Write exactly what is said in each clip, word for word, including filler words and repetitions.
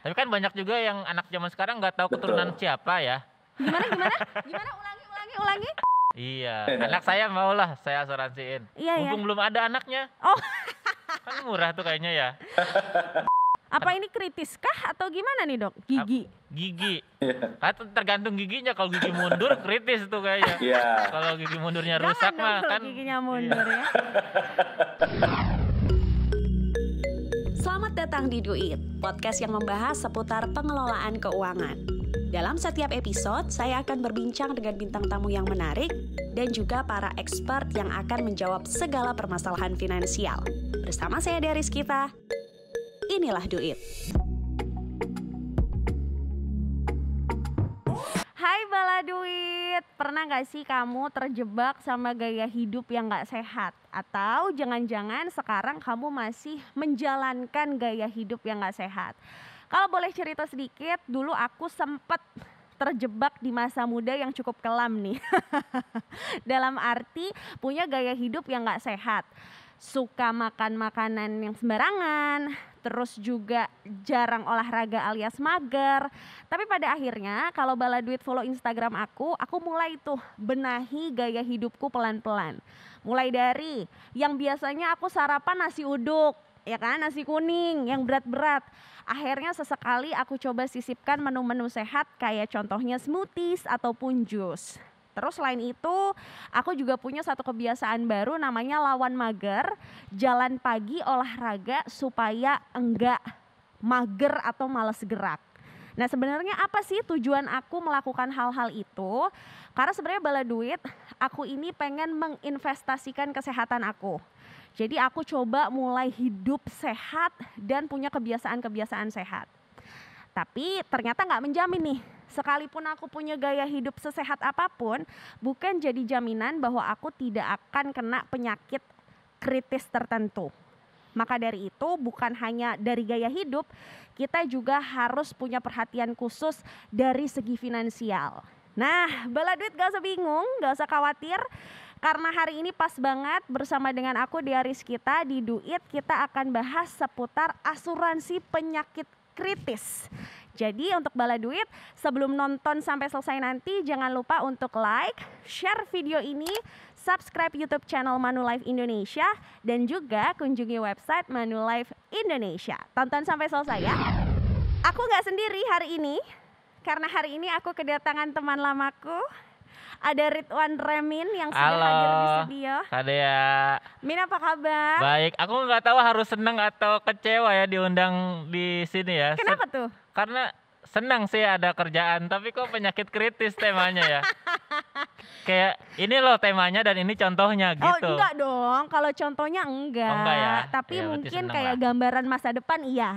Tapi kan banyak juga yang anak zaman sekarang nggak tahu keturunan Betul. siapa ya. Gimana gimana? Gimana? Ulangi ulangi ulangi. Iya, anak saya maulah saya asuransiin. Iya ya. Mumpung belum ada anaknya. Oh, Kan murah tuh kayaknya ya. apa ini kritis kah atau gimana nih dok? Gigi. Gigi. Iya. Kan tergantung giginya. Kalau gigi mundur kritis tuh kayaknya. Iya. Kalau gigi mundurnya Jangan rusak dong mah kalau kan. giginya mundur ya. Selamat datang di Duit, podcast yang membahas seputar pengelolaan keuangan. Dalam setiap episode, saya akan berbincang dengan bintang tamu yang menarik dan juga para expert yang akan menjawab segala permasalahan finansial. Bersama saya Dea Rizkita, inilah Duit. Hai Bala Duit, pernah gak sih kamu terjebak sama gaya hidup yang gak sehat? Atau jangan-jangan sekarang kamu masih menjalankan gaya hidup yang gak sehat? Kalau boleh cerita sedikit, dulu aku sempat terjebak di masa muda yang cukup kelam nih. Dalam arti punya gaya hidup yang gak sehat. Suka makan makanan yang sembarangan, terus juga jarang olahraga alias mager. Tapi pada akhirnya kalau Bala Duit follow Instagram aku, aku mulai tuh benahi gaya hidupku pelan-pelan. Mulai dari yang biasanya aku sarapan nasi uduk, ya kan, nasi kuning yang berat-berat. Akhirnya sesekali aku coba sisipkan menu-menu sehat kayak contohnya smoothies ataupun jus. Terus selain itu aku juga punya satu kebiasaan baru namanya lawan mager, jalan pagi olahraga supaya enggak mager atau malas gerak. Nah sebenarnya apa sih tujuan aku melakukan hal-hal itu? Karena sebenarnya Bala Duit, aku ini pengen menginvestasikan kesehatan aku. Jadi aku coba mulai hidup sehat dan punya kebiasaan-kebiasaan sehat. Tapi ternyata nggak menjamin nih, sekalipun aku punya gaya hidup sesehat apapun, bukan jadi jaminan bahwa aku tidak akan kena penyakit kritis tertentu. Maka dari itu bukan hanya dari gaya hidup, kita juga harus punya perhatian khusus dari segi finansial. Nah, Bala Duit gak usah bingung, gak usah khawatir. Karena hari ini pas banget bersama dengan aku Dea Rizkita di Duit, kita akan bahas seputar asuransi penyakit kritis. Jadi untuk Bala Duit, sebelum nonton sampai selesai nanti jangan lupa untuk like, share video ini, subscribe YouTube channel Manulife Indonesia, dan juga kunjungi website Manulife Indonesia. Tonton sampai selesai ya. Aku gak sendiri hari ini, karena hari ini aku kedatangan teman lamaku. Ada Ridwan Remin yang sudah Halo, hadir di studio. Kak Dea. Min, apa kabar? Baik, aku nggak tahu harus senang atau kecewa ya diundang di sini ya. Kenapa tuh? Karena senang sih ada kerjaan, tapi kok penyakit kritis temanya ya. Kayak ini loh temanya dan ini contohnya Oh gitu. enggak dong, kalau contohnya enggak, Oh, enggak ya? tapi Ya, berarti mungkin seneng kayak lah. gambaran masa depan iya.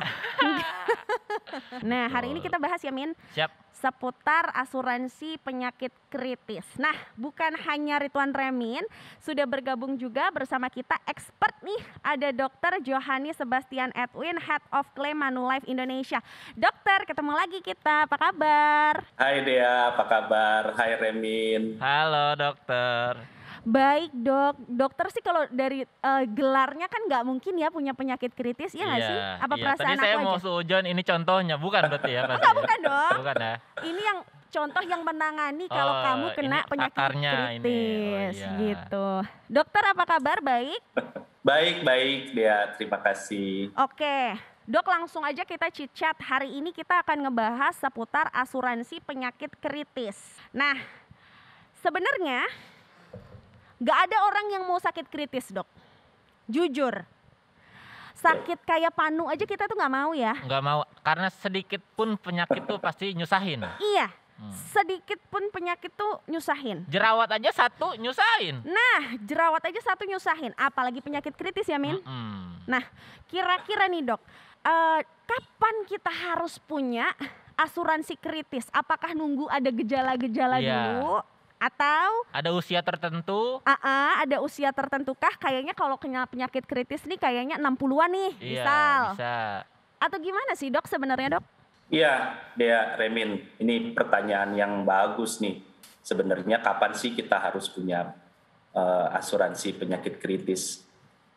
Nah hari ini kita bahas ya Min, Siap. seputar asuransi penyakit kritis. Nah bukan hanya Ridwan Remin, sudah bergabung juga bersama kita expert nih, ada Dokter Johani Sebastian Edwin, Head of Claim Manulife Indonesia. Dokter, ketemu lagi kita, apa kabar? Hai Dea, apa kabar? Hai Remin. Halo dokter. Baik dok, dokter sih kalau dari uh, gelarnya kan nggak mungkin ya punya penyakit kritis, ya nggak Iya, sih? Apa iya. perasaan Tadi aku saya aja? mau suujon ini contohnya, bukan berarti ya? pasti Enggak, ya? bukan dong. Bukan ya? Ini yang contoh yang menangani kalau Oh, kamu kena ini penyakit akarnya ini. kritis, Oh, iya. gitu. Dokter apa kabar? Baik. Baik, baik Dea, terima kasih. Oke, dok langsung aja kita chit chat. Hari ini kita akan ngebahas seputar asuransi penyakit kritis. Nah, sebenarnya nggak ada orang yang mau sakit kritis dok. Jujur, sakit kayak panu aja kita tuh nggak mau ya. Nggak mau, karena sedikit pun penyakit tuh pasti nyusahin. Iya, Hmm. sedikit pun penyakit tuh nyusahin. Jerawat aja satu nyusahin. Nah, jerawat aja satu nyusahin, apalagi penyakit kritis ya Min. Mm-mm. Nah, kira-kira nih dok, eh, kapan kita harus punya asuransi kritis? Apakah nunggu ada gejala-gejala Iya. dulu? Atau Ada usia tertentu. aa, ada usia tertentukah? Kayaknya kalau kena penyakit kritis nih kayaknya enam puluhan nih, Iya, misal. bisa. Atau gimana sih dok sebenarnya dok? Iya, Dea, Remin, ini pertanyaan yang bagus nih. Sebenarnya kapan sih kita harus punya uh, asuransi penyakit kritis?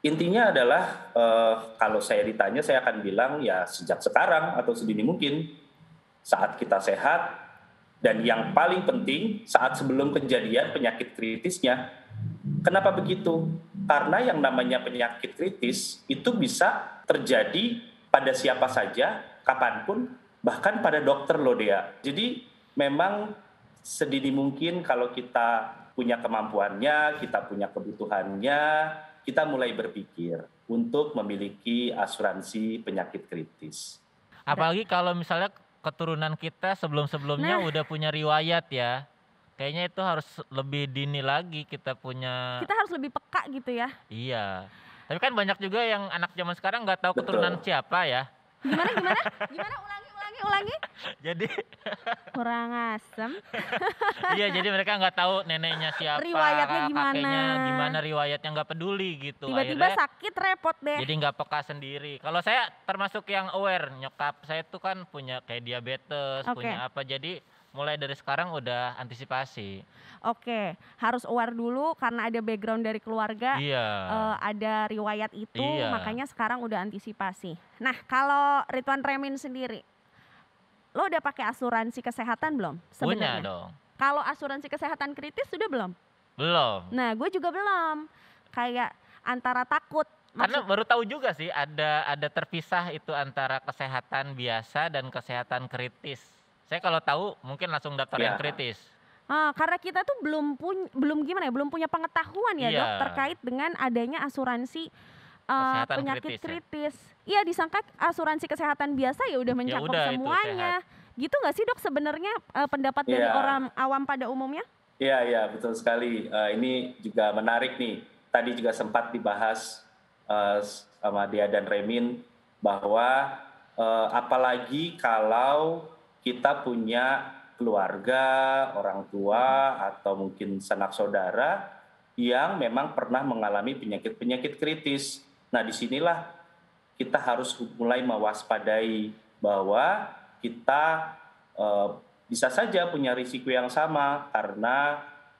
Intinya adalah eh, kalau saya ditanya saya akan bilang ya sejak sekarang atau sedini mungkin saat kita sehat dan yang paling penting saat sebelum kejadian penyakit kritisnya. Kenapa begitu? Karena yang namanya penyakit kritis itu bisa terjadi pada siapa saja, kapanpun, bahkan pada dokter loh Dea. Jadi memang sedini mungkin kalau kita punya kemampuannya, kita punya kebutuhannya, kita mulai berpikir untuk memiliki asuransi penyakit kritis. Apalagi kalau misalnya keturunan kita sebelum-sebelumnya Nah. udah punya riwayat ya. Kayaknya itu harus lebih dini lagi kita punya. Kita harus lebih peka gitu ya. Iya. Tapi kan banyak juga yang anak zaman sekarang nggak tahu Betul. keturunan siapa ya. Gimana gimana? Gimana ulangi ulangi ulangi? Jadi Kurang asem. iya, jadi mereka nggak tahu neneknya siapa, Riwayatnya gimana. kakeknya gimana, riwayatnya nggak peduli gitu. Tiba-tiba Akhirnya sakit repot deh. jadi nggak peka sendiri. Kalau saya termasuk yang aware, nyokap saya tuh kan punya kayak diabetes, Oke. punya apa. Jadi mulai dari sekarang udah antisipasi. Oke, harus aware dulu karena ada background dari keluarga. Iya. eh, ada riwayat itu, Iya. makanya sekarang udah antisipasi. Nah, kalau Ridwan Remin sendiri, lo udah pakai asuransi kesehatan belum Punya sebenarnya? dong. Kalau asuransi kesehatan kritis sudah belum? Belum. Nah, gue juga belum. Kayak antara takut. Karena maksud- baru tahu juga sih ada ada terpisah itu antara kesehatan biasa dan kesehatan kritis. Saya kalau tahu mungkin langsung daftar yang Ya. kritis. Ah, karena kita tuh belum pun belum gimana ya, belum punya pengetahuan ya Iya. dok terkait dengan adanya asuransi uh, Kesehatan penyakit kritis ya. kritis. Iya, disangka asuransi kesehatan biasa ya udah mencakup udah, itu semuanya. Gitu nggak sih dok sebenarnya uh, pendapat dari Iya. orang awam pada umumnya? Iya, iya, betul sekali. Eh, ini juga menarik nih. Tadi juga sempat dibahas eh, sama Dea dan Remin bahwa eh, apalagi kalau kita punya keluarga, orang tua, atau mungkin sanak saudara yang memang pernah mengalami penyakit-penyakit kritis. Nah, disinilah kita harus mulai mewaspadai bahwa kita eh, bisa saja punya risiko yang sama karena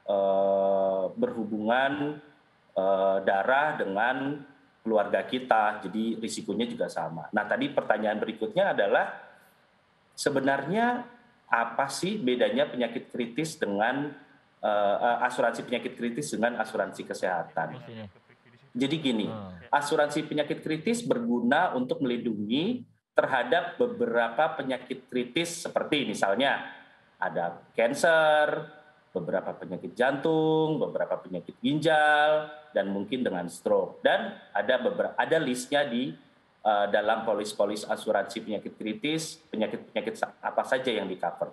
eh, berhubungan eh, darah dengan keluarga kita, jadi risikonya juga sama. Nah, tadi pertanyaan berikutnya adalah sebenarnya apa sih bedanya penyakit kritis dengan eh, asuransi penyakit kritis dengan asuransi kesehatan? Terus ini. Jadi gini, Hmm. asuransi penyakit kritis berguna untuk melindungi terhadap beberapa penyakit kritis seperti misalnya ada kanker, beberapa penyakit jantung, beberapa penyakit ginjal, dan mungkin dengan stroke. Dan ada beberapa ada listnya di uh, dalam polis-polis asuransi penyakit kritis, penyakit-penyakit sa- apa saja yang di-cover.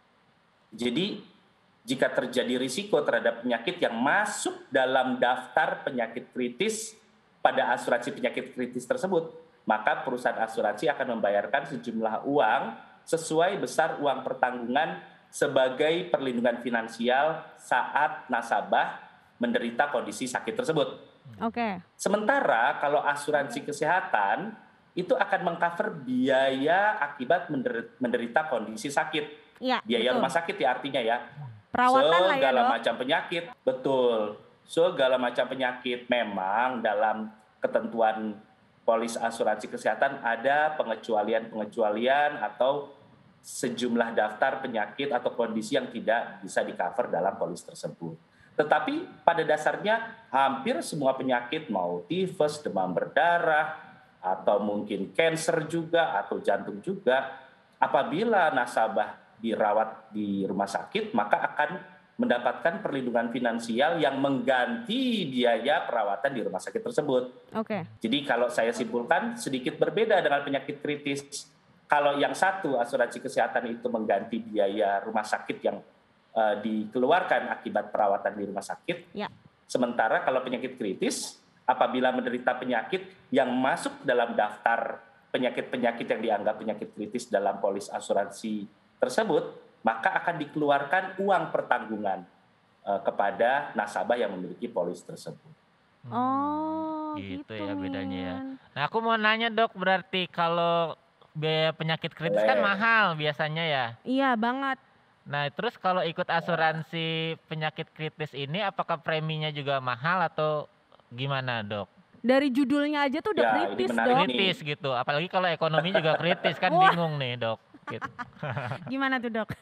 Jadi jika terjadi risiko terhadap penyakit yang masuk dalam daftar penyakit kritis pada asuransi penyakit kritis tersebut, maka perusahaan asuransi akan membayarkan sejumlah uang sesuai besar uang pertanggungan sebagai perlindungan finansial saat nasabah menderita kondisi sakit tersebut. Oke. Sementara kalau asuransi kesehatan itu akan mengcover biaya akibat mender- menderita kondisi sakit. Iya. Biaya betul. rumah sakit ya artinya ya. Perawatan lah ya Segala dok. macam penyakit, betul. Segala macam penyakit memang dalam ketentuan polis asuransi kesehatan ada pengecualian-pengecualian atau sejumlah daftar penyakit atau kondisi yang tidak bisa di-cover dalam polis tersebut. Tetapi pada dasarnya hampir semua penyakit mau tifus, demam berdarah, atau mungkin kanker juga, atau jantung juga, apabila nasabah dirawat di rumah sakit, maka akan mendapatkan perlindungan finansial yang mengganti biaya perawatan di rumah sakit tersebut. Oke. Jadi kalau saya simpulkan sedikit berbeda dengan penyakit kritis. Kalau yang satu asuransi kesehatan itu mengganti biaya rumah sakit yang uh, dikeluarkan akibat perawatan di rumah sakit. Ya. Sementara kalau penyakit kritis, apabila menderita penyakit yang masuk dalam daftar penyakit-penyakit yang dianggap penyakit kritis dalam polis asuransi tersebut, maka akan dikeluarkan uang pertanggungan uh, kepada nasabah yang memiliki polis tersebut. Oh, gitu gitu, ya bedanya ya. Min. Nah, aku mau nanya dok, berarti kalau biaya penyakit kritis kan Boleh. mahal biasanya ya. Iya banget. Nah, terus kalau ikut asuransi penyakit kritis ini apakah preminya juga mahal atau gimana, Dok? Dari judulnya aja tuh udah Ya, ini kritis menarik dok. nih. Kritis gitu. Apalagi kalau ekonomi juga kritis kan Wah. bingung nih dok. Gitu. Gimana tuh dok?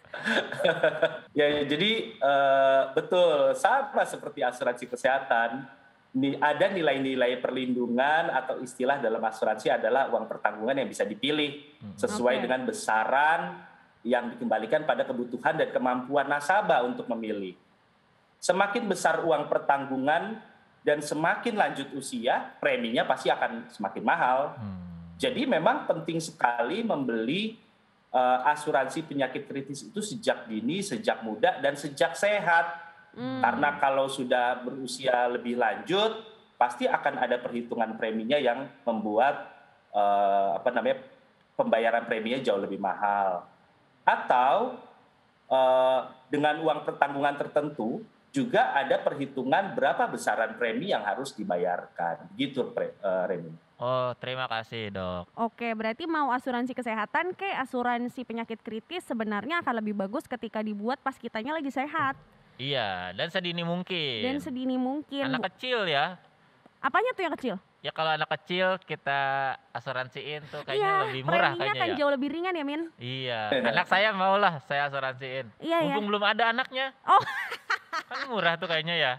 Ya, jadi eh, betul sama seperti asuransi kesehatan. Ni- Ada nilai-nilai perlindungan atau istilah dalam asuransi adalah uang pertanggungan yang bisa dipilih sesuai Oke. dengan besaran yang dikembalikan pada kebutuhan dan kemampuan nasabah untuk memilih. Semakin besar uang pertanggungan dan semakin lanjut usia, preminya pasti akan semakin mahal. Hmm. Jadi memang penting sekali membeli eh, asuransi penyakit kritis itu sejak dini, sejak muda, dan sejak sehat. Hmm. Karena kalau sudah berusia lebih lanjut, pasti akan ada perhitungan preminya yang membuat eh, apa namanya pembayaran preminya jauh lebih mahal. Atau eh, dengan uang pertanggungan tertentu juga ada perhitungan berapa besaran premi yang harus dibayarkan. Gitu, Pre- eh, Remi. Oh terima kasih dok. Oke, berarti mau asuransi kesehatan ke asuransi penyakit kritis sebenarnya akan lebih bagus ketika dibuat pas kitanya lagi sehat Iya dan sedini mungkin. dan sedini mungkin. Anak Bu- kecil ya. Apanya tuh yang kecil? Ya kalau anak kecil kita asuransiin tuh kayaknya Iya, lebih murah preminya kayaknya kan ya. jauh lebih ringan ya Min. Iya, anak saya mau lah saya asuransiin. Iya ya. Mumpung belum ada anaknya. Oh. Kan murah tuh kayaknya ya.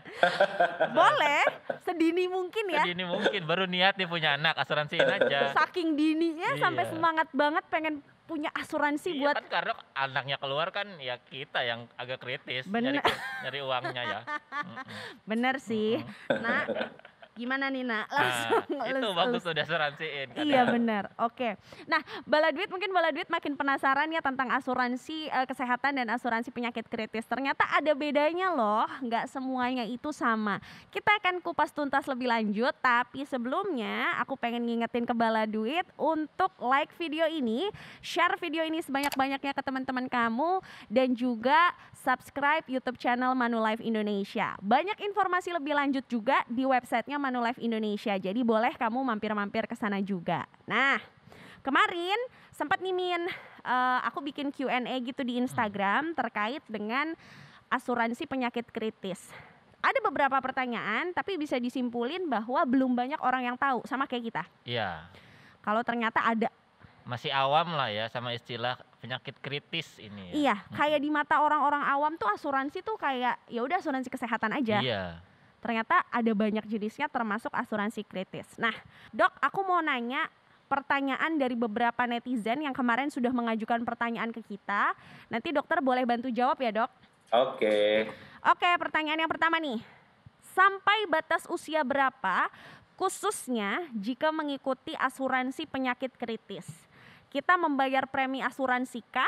Boleh, sedini mungkin ya. Sedini mungkin baru niat nih punya anak asuransiin aja. Saking dininya sampai Iya. semangat banget pengen punya asuransi Iya buat kan karena anaknya keluar kan ya kita yang agak kritis nyari, Bener. nyari uangnya ya. Mm-mm. bener sih. Mm-mm. Nah, gimana nih Nak? Nah, Langsung itu lus- bagus lus- tuh diasuransiin kan. Iya benar. Oke. Nah, Bala Duit mungkin Bala Duit makin penasaran ya tentang asuransi eh, kesehatan dan asuransi penyakit kritis. Ternyata ada bedanya loh, nggak semuanya itu sama. Kita akan kupas tuntas lebih lanjut, tapi sebelumnya aku pengen ngingetin ke Bala Duit untuk like video ini, share video ini sebanyak-banyaknya ke teman-teman kamu dan juga subscribe YouTube channel Manulife Indonesia. Banyak informasi lebih lanjut juga di websitenya Manulife Indonesia. Jadi boleh kamu mampir-mampir ke sana juga. Nah, kemarin sempat nih Min, eh, aku bikin Q and A gitu di Instagram terkait dengan asuransi penyakit kritis. Ada beberapa pertanyaan, tapi bisa disimpulin bahwa belum banyak orang yang tahu, sama kayak kita. Iya, Kalau ternyata ada, masih awam lah ya sama istilah penyakit kritis ini ya. iya, kayak di mata orang-orang awam tuh asuransi tuh kayak ya udah asuransi kesehatan aja. Iya. Ternyata ada banyak jenisnya termasuk asuransi kritis. Nah, Dok, aku mau nanya pertanyaan dari beberapa netizen yang kemarin sudah mengajukan pertanyaan ke kita. Nanti dokter boleh bantu jawab ya, Dok. Oke. Oke, pertanyaan yang pertama nih. Sampai batas usia berapa khususnya jika mengikuti asuransi penyakit kritis? Kita membayar premi asuransi kah?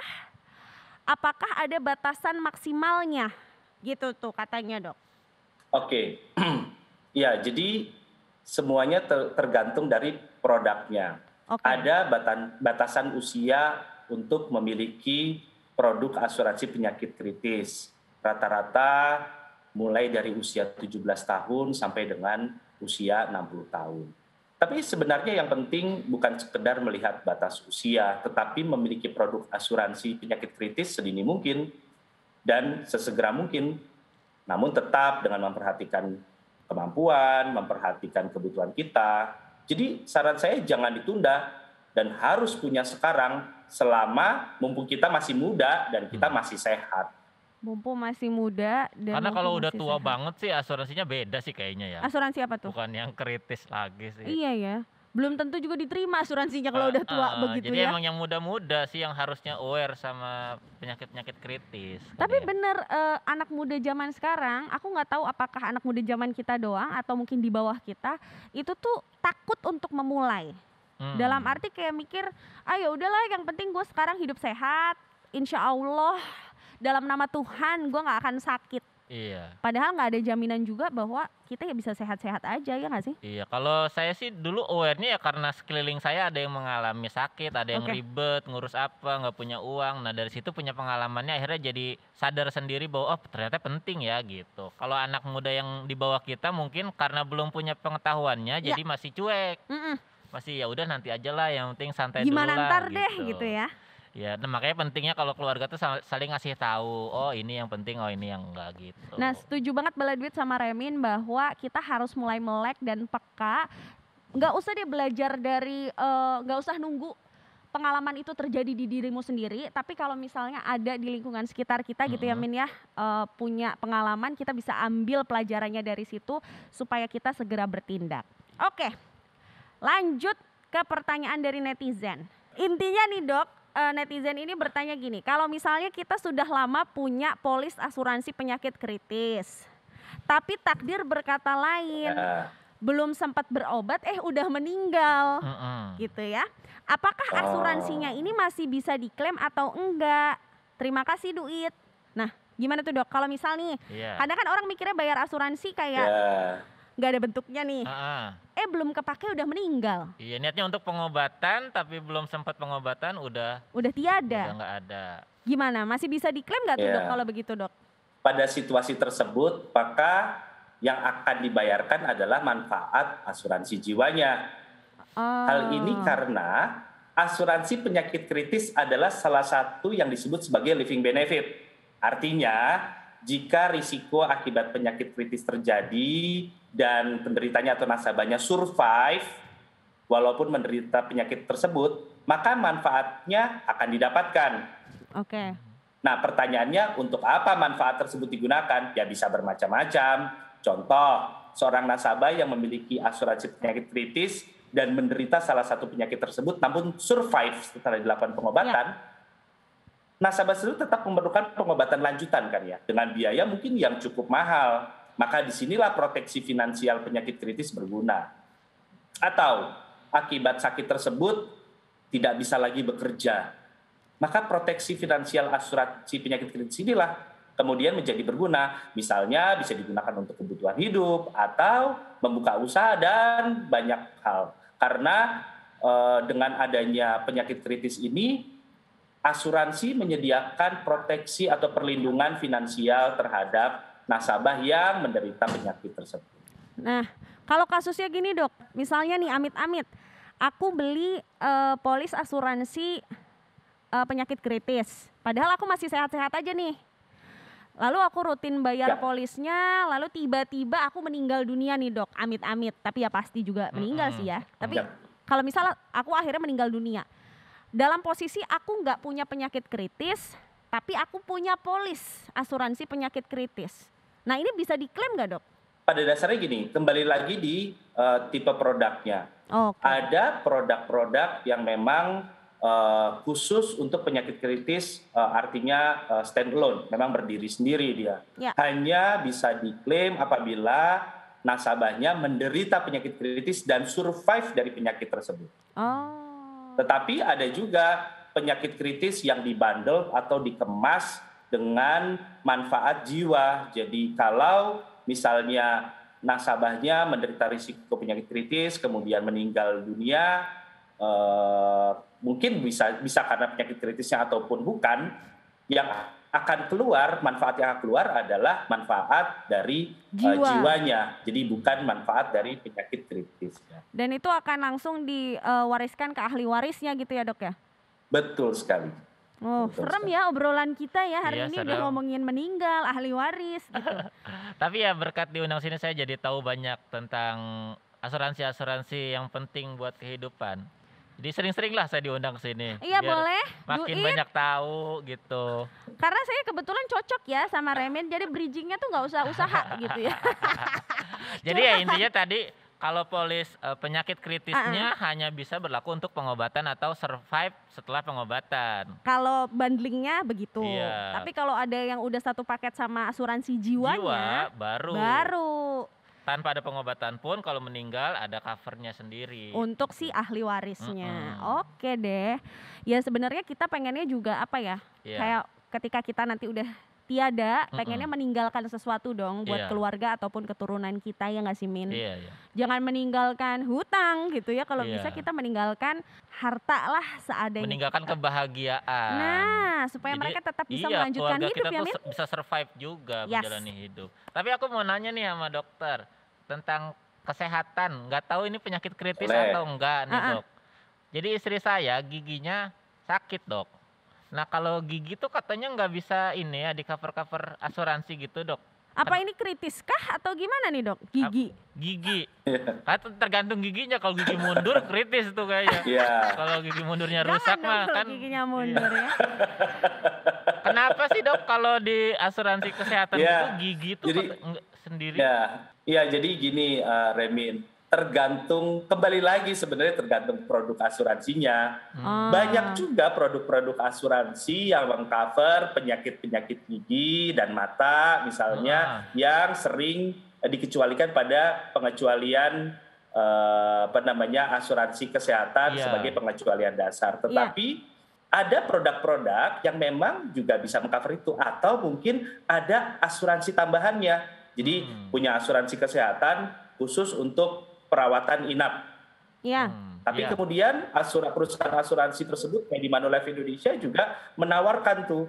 Apakah ada batasan maksimalnya? Gitu tuh katanya, Dok. Oke, ya jadi semuanya ter- tergantung dari produknya. Oke. Ada batan- batasan usia untuk memiliki produk asuransi penyakit kritis. Rata-rata mulai dari usia tujuh belas tahun sampai dengan usia enam puluh tahun. Tapi sebenarnya yang penting bukan sekedar melihat batas usia, tetapi memiliki produk asuransi penyakit kritis sedini mungkin dan sesegera mungkin. Namun tetap dengan memperhatikan kemampuan, memperhatikan kebutuhan kita. Jadi saran saya jangan ditunda dan harus punya sekarang selama mumpung kita masih muda dan kita masih sehat. Mumpung masih muda dan Karena mumpung kalau udah masih tua sehat. banget sih asuransinya beda sih kayaknya ya. Asuransi apa tuh? Bukan yang kritis lagi sih. Iya ya. Belum tentu juga diterima asuransinya kalau udah tua Ah, ah, begitu jadi ya. emang yang muda-muda sih yang harusnya aware sama penyakit-penyakit kritis. Tapi Kan ya. bener eh, anak muda zaman sekarang, aku nggak tahu apakah anak muda zaman kita doang atau mungkin di bawah kita itu tuh takut untuk memulai. Hmm. Dalam arti kayak mikir, ah ya udahlah yang penting gue sekarang hidup sehat, insya Allah dalam nama Tuhan gue nggak akan sakit. Iya. Padahal nggak ada jaminan juga bahwa kita ya bisa sehat-sehat aja ya nggak sih? Iya, kalau saya sih dulu awarenya ya karena sekeliling saya ada yang mengalami sakit, ada yang Oke. ribet, ngurus apa, nggak punya uang. Nah dari situ punya pengalamannya akhirnya jadi sadar sendiri bahwa oh ternyata penting ya gitu. Kalau anak muda yang di bawah kita mungkin karena belum punya pengetahuannya Ya. jadi masih cuek, Mm-mm. masih ya udah nanti aja lah yang penting santai Gimana dulu lah ntar deh gitu ya? Ya, nah makanya pentingnya kalau keluarga tuh sal- saling ngasih tahu, oh ini yang penting, oh ini yang enggak gitu. Nah setuju banget Bala Duit sama Remin bahwa kita harus mulai melek dan peka nggak usah deh belajar dari, eee, nggak usah nunggu pengalaman itu terjadi di dirimu sendiri, tapi kalau misalnya ada di lingkungan sekitar kita gitu ya Mhm. Min ya, eee, punya pengalaman kita bisa ambil pelajarannya dari situ supaya kita segera bertindak. Oke, lanjut ke pertanyaan dari netizen. Intinya nih Dok, eee, netizen ini bertanya gini, kalau misalnya kita sudah lama punya polis asuransi penyakit kritis, tapi takdir berkata lain, Ya. belum sempat berobat eh udah meninggal, Mhm. gitu ya. Apakah asuransinya Oh. ini masih bisa diklaim atau enggak? Terima kasih Duit. Nah, gimana tuh Dok? Kalau misal nih, Iya. kadang kan orang mikirnya bayar asuransi kayak Ya. nggak ada bentuknya nih. Heeh. Eh belum kepake udah meninggal, Iya, niatnya untuk pengobatan tapi belum sempat pengobatan udah udah udah tiada. nggak ada. Gimana? Masih bisa diklaim nggak tuh Dok Ya. kalau begitu Dok? Pada situasi tersebut, maka yang akan dibayarkan adalah manfaat asuransi jiwanya. Hal ini Oh, karena asuransi penyakit kritis adalah salah satu yang disebut sebagai living benefit. Artinya, jika risiko akibat penyakit kritis terjadi dan penderitanya atau nasabahnya survive, walaupun menderita penyakit tersebut, maka manfaatnya akan didapatkan. oke. Nah, pertanyaannya untuk apa manfaat tersebut digunakan? Ya bisa bermacam-macam. Contoh, seorang nasabah yang memiliki asuransi penyakit kritis dan menderita salah satu penyakit tersebut namun survive setelah dilakukan pengobatan, nasabah tersebut tetap memerlukan pengobatan lanjutan kan ya, dengan biaya mungkin yang cukup mahal. Maka disinilah proteksi finansial penyakit kritis berguna. Atau akibat sakit tersebut tidak bisa lagi bekerja, maka proteksi finansial asuransi penyakit kritis inilah kemudian menjadi berguna. Misalnya bisa digunakan untuk kebutuhan hidup atau membuka usaha dan banyak hal. Karena eh, dengan adanya penyakit kritis ini, asuransi menyediakan proteksi atau perlindungan finansial terhadap nasabah yang menderita penyakit tersebut. Nah, kalau kasusnya gini Dok, misalnya nih amit-amit, aku beli eh, polis asuransi eh, penyakit kritis, padahal aku masih sehat-sehat aja nih. Lalu aku rutin bayar Ya. polisnya, lalu tiba-tiba aku meninggal dunia nih Dok, amit-amit. Tapi ya pasti juga meninggal Mm-mm. sih ya. Tapi Ya. kalau misalnya aku akhirnya meninggal dunia, dalam posisi aku nggak punya penyakit kritis, tapi aku punya polis asuransi penyakit kritis. Nah ini bisa diklaim nggak Dok? Pada dasarnya gini, kembali lagi di eh, tipe produknya. Oke. Ada produk-produk yang memang uh, khusus untuk penyakit kritis, uh, artinya uh, standalone, memang berdiri sendiri dia. Ya. Hanya bisa diklaim apabila nasabahnya menderita penyakit kritis dan survive dari penyakit tersebut. Oh. Tetapi ada juga penyakit kritis yang dibundle atau dikemas dengan manfaat jiwa. Jadi kalau misalnya nasabahnya menderita risiko penyakit kritis, kemudian meninggal dunia, eh, mungkin bisa bisa karena penyakit kritisnya ataupun bukan, yang akan keluar, manfaat yang akan keluar adalah manfaat dari eh, Jiwa. jiwanya. Jadi bukan manfaat dari penyakit kritis. Dan itu akan langsung diwariskan ke ahli warisnya gitu ya Dok ya? Betul sekali. Oh, Betul serem sekali. ya obrolan kita ya hari Iya, ini udah serem. ngomongin meninggal, ahli waris gitu. Tapi ya berkat diundang sini saya jadi tahu banyak tentang asuransi-asuransi yang penting buat kehidupan. Jadi sering-sering lah saya diundang ke sini. Iya biar boleh, makin Duit. banyak tahu gitu. Karena saya kebetulan cocok ya sama Remin, jadi bridgingnya tuh nggak usah usaha gitu ya. Jadi ya intinya tadi kalau polis eh, penyakit kritisnya hanya bisa berlaku untuk pengobatan atau survive setelah pengobatan. Kalau bundlingnya begitu. Iya. Tapi kalau ada yang udah satu paket sama asuransi Jiwa jiwanya, baru. baru Tanpa ada pengobatan pun kalau meninggal ada covernya sendiri. untuk si ahli warisnya. Mm-mm. Oke deh. Ya sebenarnya kita pengennya juga apa ya? Iya. Kayak ketika kita nanti udah tiada, Mm-mm. pengennya meninggalkan sesuatu dong buat Iya. keluarga ataupun keturunan kita ya nggak sih Min? Iya, iya. Jangan meninggalkan hutang gitu ya. Kalau Iya. bisa kita meninggalkan harta lah seadanya. Meninggalkan kebahagiaan. Nah, supaya Jadi, mereka tetap bisa iya, melanjutkan keluarga hidup kita ya tuh Min? se- bisa survive juga Yes. menjalani hidup. Tapi aku mau nanya nih sama dokter tentang kesehatan. Nggak tahu ini penyakit kritis Boleh. atau enggak nih Ah-ah. dok. Jadi istri saya giginya sakit dok. Nah kalau gigi tuh katanya nggak bisa ini ya di cover-cover asuransi gitu dok. Apa ini kritis kah atau gimana nih dok? Gigi? Gigi. Kan tergantung giginya. Kalau gigi mundur kritis tuh kayaknya. Iya. Kalau gigi mundurnya Jangan rusak dong mah kalau kan. giginya mundur ya. Kenapa sih dok kalau di asuransi kesehatan Iya. itu gigi tuh Jadi- kok enggak sendiri? Ya, ya jadi gini uh, Remin, tergantung kembali lagi sebenarnya tergantung produk asuransinya. Ah. Banyak juga produk-produk asuransi yang mengcover penyakit-penyakit gigi dan mata misalnya yang sering eh, dikecualikan pada pengecualian eh, apa namanya asuransi kesehatan Iya. sebagai pengecualian dasar. Tetapi ada produk-produk yang memang juga bisa mengcover itu atau mungkin ada asuransi tambahannya. Jadi Hmm. punya asuransi kesehatan khusus untuk perawatan inap. Iya. Hmm, Tapi iya. kemudian asura, perusahaan asuransi tersebut kayak di Manulife Indonesia juga menawarkan tuh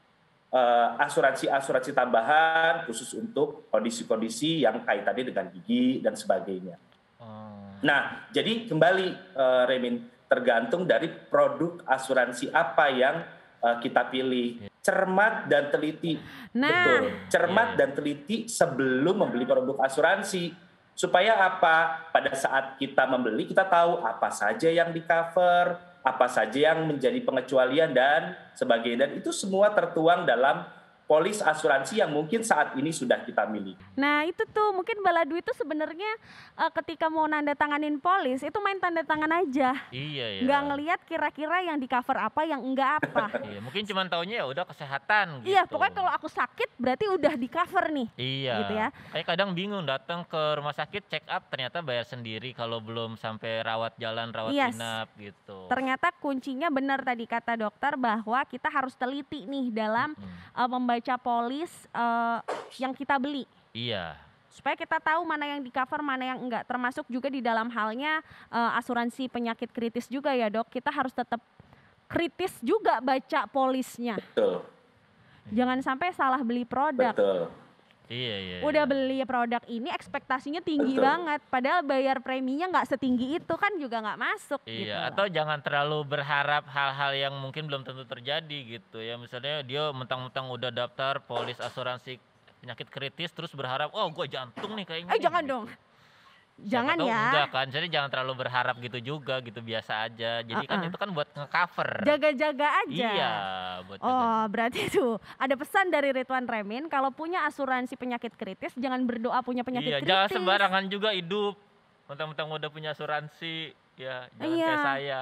eh, asuransi-asuransi tambahan khusus untuk kondisi-kondisi yang kaitannya dengan gigi dan sebagainya. Oh. Nah, jadi kembali eh, Remin, tergantung dari produk asuransi apa yang eh, kita pilih. Cermat dan teliti. Nah. Betul. Cermat Iya. dan teliti sebelum membeli produk asuransi. Supaya apa? Pada saat kita membeli, kita tahu apa saja yang di-cover, apa saja yang menjadi pengecualian dan sebagainya. Dan itu semua tertuang dalam polis asuransi yang mungkin saat ini sudah kita miliki. Nah itu tuh mungkin baladu itu sebenarnya eh, ketika mau nanda tanganin polis itu main tanda tangan aja, Iya ya. nggak ngelihat kira-kira yang di cover apa yang enggak apa. Iya, mungkin cuma taunya ya udah kesehatan gitu. Iya pokoknya kalau aku sakit berarti udah di cover nih. Iya. gitu ya. Kayak kadang bingung datang ke rumah sakit check up ternyata bayar sendiri kalau belum sampai rawat jalan, rawat Yes. inap gitu. Ternyata kuncinya benar tadi kata dokter bahwa kita harus teliti nih dalam Mm-mm. eh, membaca polis eh, yang kita beli. Iya. Supaya kita tahu mana yang di cover, mana yang enggak. Termasuk juga di dalam halnya eh, asuransi penyakit kritis juga ya dok. Kita harus tetap kritis juga baca polisnya. Betul, Jangan sampai salah beli produk. betul. Iya iya. Udah iya. beli produk ini ekspektasinya tinggi Betul. banget. Padahal bayar preminya nggak setinggi itu kan juga nggak masuk gitu. Iya, atau jangan terlalu berharap hal-hal yang mungkin belum tentu terjadi gitu ya. Misalnya dia mentang-mentang udah daftar polis asuransi penyakit kritis terus berharap, oh gue jantung nih kayaknya. Eh nih," jangan gitu. dong. Siapa Jangan tahu ya. Enggak kan, jadi jangan terlalu berharap gitu juga gitu, biasa aja. Jadi kan Uh-uh. itu kan buat nge-cover. Jaga-jaga aja. Iya, buat jaga. Oh, berarti tuh ada pesan dari Ridwan Remin kalau punya asuransi penyakit kritis jangan berdoa punya penyakit Iya, kritis. jangan sembarangan juga hidup. Mentang-mentang udah punya asuransi, ya jangan Iya. kayak saya.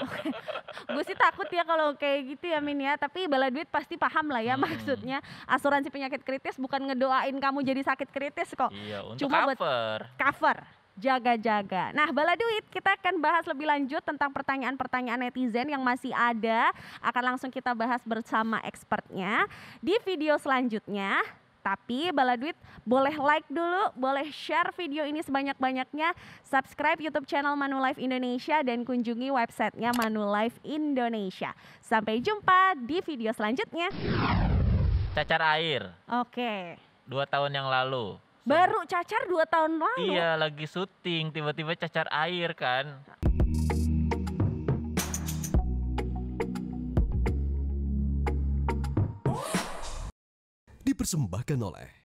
Gue sih takut ya kalau kayak gitu ya Min ya. Tapi Bala Duit pasti paham lah ya Hmm. maksudnya asuransi penyakit kritis bukan ngedoain kamu jadi sakit kritis kok. Iya, untuk Cuma buat cover. cover. Jaga-jaga. Nah, Bala Duit, kita akan bahas lebih lanjut tentang pertanyaan-pertanyaan netizen yang masih ada. Akan langsung kita bahas bersama expertnya di video selanjutnya. Tapi Bala Duit boleh like dulu, boleh share video ini sebanyak-banyaknya, subscribe YouTube channel Manulife Indonesia dan kunjungi websitenya Manulife Indonesia. Sampai jumpa di video selanjutnya. Cacar air, Oke. dua tahun yang lalu. Baru cacar dua tahun lalu. Iya, lagi syuting, tiba-tiba cacar air kan. Dipersembahkan oleh